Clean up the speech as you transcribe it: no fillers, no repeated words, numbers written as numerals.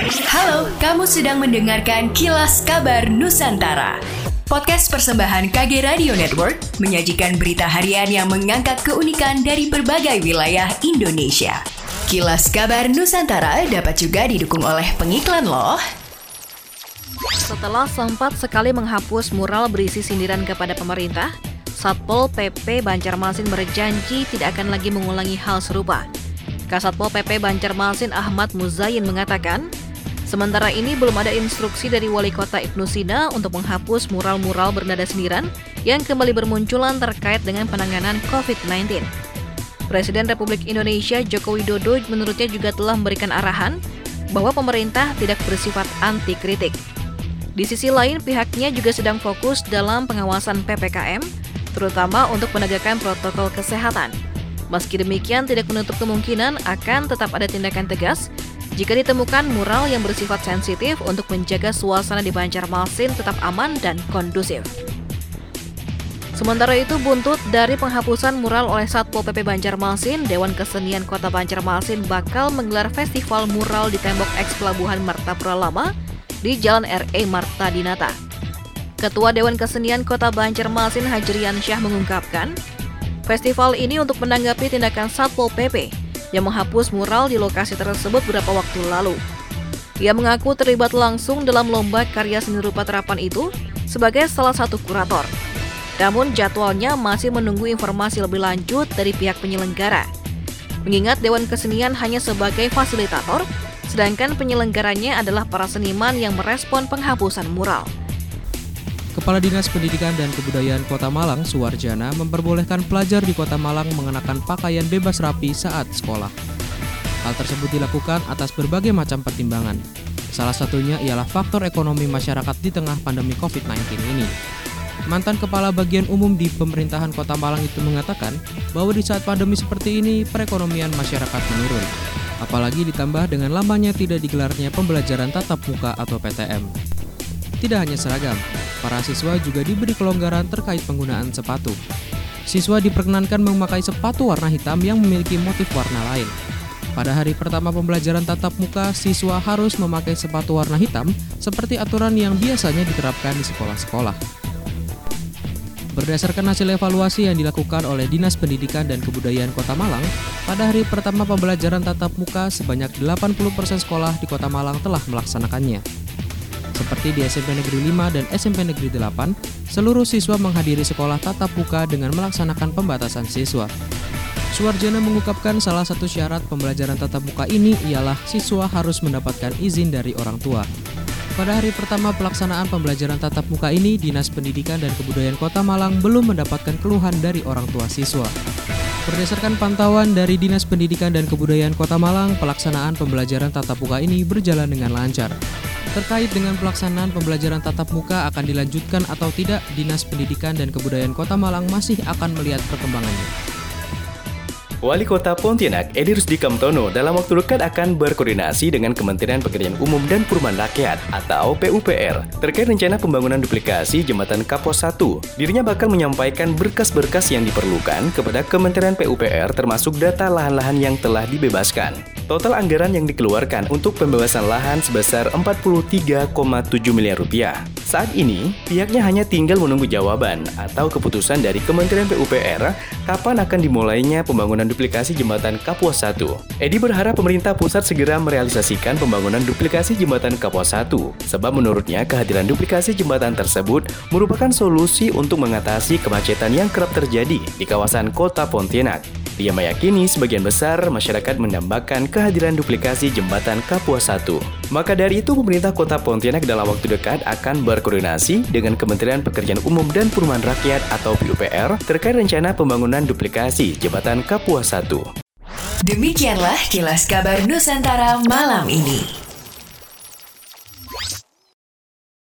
Halo, kamu sedang mendengarkan Kilas Kabar Nusantara. Podcast persembahan KG Radio Network menyajikan berita harian yang mengangkat keunikan dari berbagai wilayah Indonesia. Kilas Kabar Nusantara dapat juga didukung oleh pengiklan loh. Setelah sempat sekali menghapus mural berisi sindiran kepada pemerintah, Satpol PP Banjarmasin berjanji tidak akan lagi mengulangi hal serupa. Kasatpol PP Banjarmasin Ahmad Muzayin mengatakan, sementara ini belum ada instruksi dari Wali Kota Ibnu Sina untuk menghapus mural-mural bernada sindiran yang kembali bermunculan terkait dengan penanganan COVID-19. Presiden Republik Indonesia Joko Widodo menurutnya juga telah memberikan arahan bahwa pemerintah tidak bersifat anti kritik. Di sisi lain, pihaknya juga sedang fokus dalam pengawasan PPKM, terutama untuk penegakan protokol kesehatan. Meski demikian, tidak menutup kemungkinan akan tetap ada tindakan tegas jika ditemukan mural yang bersifat sensitif untuk menjaga suasana di Banjarmasin tetap aman dan kondusif. Sementara itu, buntut dari penghapusan mural oleh Satpol PP Banjarmasin, Dewan Kesenian Kota Banjarmasin bakal menggelar festival mural di tembok eks Pelabuhan Martapura Lama di Jalan R.E. Marta Dinata. Ketua Dewan Kesenian Kota Banjarmasin Hajrian Syah mengungkapkan, festival ini untuk menanggapi tindakan Satpol PP yang menghapus mural di lokasi tersebut beberapa waktu lalu. Ia mengaku terlibat langsung dalam lomba karya seni rupa terapan itu sebagai salah satu kurator. Namun jadwalnya masih menunggu informasi lebih lanjut dari pihak penyelenggara. Mengingat Dewan Kesenian hanya sebagai fasilitator, sedangkan penyelenggaranya adalah para seniman yang merespon penghapusan mural. Kepala Dinas Pendidikan dan Kebudayaan Kota Malang, Suwarjana, memperbolehkan pelajar di Kota Malang mengenakan pakaian bebas rapi saat sekolah. Hal tersebut dilakukan atas berbagai macam pertimbangan. Salah satunya ialah faktor ekonomi masyarakat di tengah pandemi COVID-19 ini. Mantan Kepala Bagian Umum di Pemerintahan Kota Malang itu mengatakan bahwa di saat pandemi seperti ini, perekonomian masyarakat menurun. Apalagi ditambah dengan lamanya tidak digelarnya pembelajaran tatap muka atau PTM. Tidak hanya seragam, para siswa juga diberi kelonggaran terkait penggunaan sepatu. Siswa diperkenankan memakai sepatu warna hitam yang memiliki motif warna lain. Pada hari pertama pembelajaran tatap muka, siswa harus memakai sepatu warna hitam seperti aturan yang biasanya diterapkan di sekolah-sekolah. Berdasarkan hasil evaluasi yang dilakukan oleh Dinas Pendidikan dan Kebudayaan Kota Malang, pada hari pertama pembelajaran tatap muka sebanyak 80% sekolah di Kota Malang telah melaksanakannya. Seperti di SMP Negeri 5 dan SMP Negeri 8, seluruh siswa menghadiri sekolah tatap muka dengan melaksanakan pembatasan siswa. Suwarjana mengungkapkan salah satu syarat pembelajaran tatap muka ini ialah siswa harus mendapatkan izin dari orang tua. Pada hari pertama pelaksanaan pembelajaran tatap muka ini, Dinas Pendidikan dan Kebudayaan Kota Malang belum mendapatkan keluhan dari orang tua siswa. Berdasarkan pantauan dari Dinas Pendidikan dan Kebudayaan Kota Malang, pelaksanaan pembelajaran tatap muka ini berjalan dengan lancar. Terkait dengan pelaksanaan pembelajaran tatap muka akan dilanjutkan atau tidak, Dinas Pendidikan dan Kebudayaan Kota Malang masih akan melihat perkembangannya. Wali Kota Pontianak, Edi Rusdi Kamtono, dalam waktu dekat akan berkoordinasi dengan Kementerian Pekerjaan Umum dan Perumahan Rakyat atau PUPR terkait rencana pembangunan duplikasi Jembatan Kapos 1. Dirinya bakal menyampaikan berkas-berkas yang diperlukan kepada Kementerian PUPR termasuk data lahan-lahan yang telah dibebaskan. Total anggaran yang dikeluarkan untuk pembebasan lahan sebesar 43,7 miliar rupiah. Saat ini, pihaknya hanya tinggal menunggu jawaban atau keputusan dari Kementerian PUPR kapan akan dimulainya pembangunan duplikasi Jembatan Kapuas 1. Edi berharap pemerintah pusat segera merealisasikan pembangunan duplikasi Jembatan Kapuas 1, sebab menurutnya kehadiran duplikasi jembatan tersebut merupakan solusi untuk mengatasi kemacetan yang kerap terjadi di kawasan Kota Pontianak. Dia meyakini sebagian besar masyarakat mendambakan kehadiran duplikasi Jembatan Kapuas 1. Maka dari itu, pemerintah Kota Pontianak dalam waktu dekat akan berkoordinasi dengan Kementerian Pekerjaan Umum dan Perumahan Rakyat atau PUPR terkait rencana pembangunan duplikasi Jembatan Kapuas 1. Demikianlah Kilas Kabar Nusantara malam ini.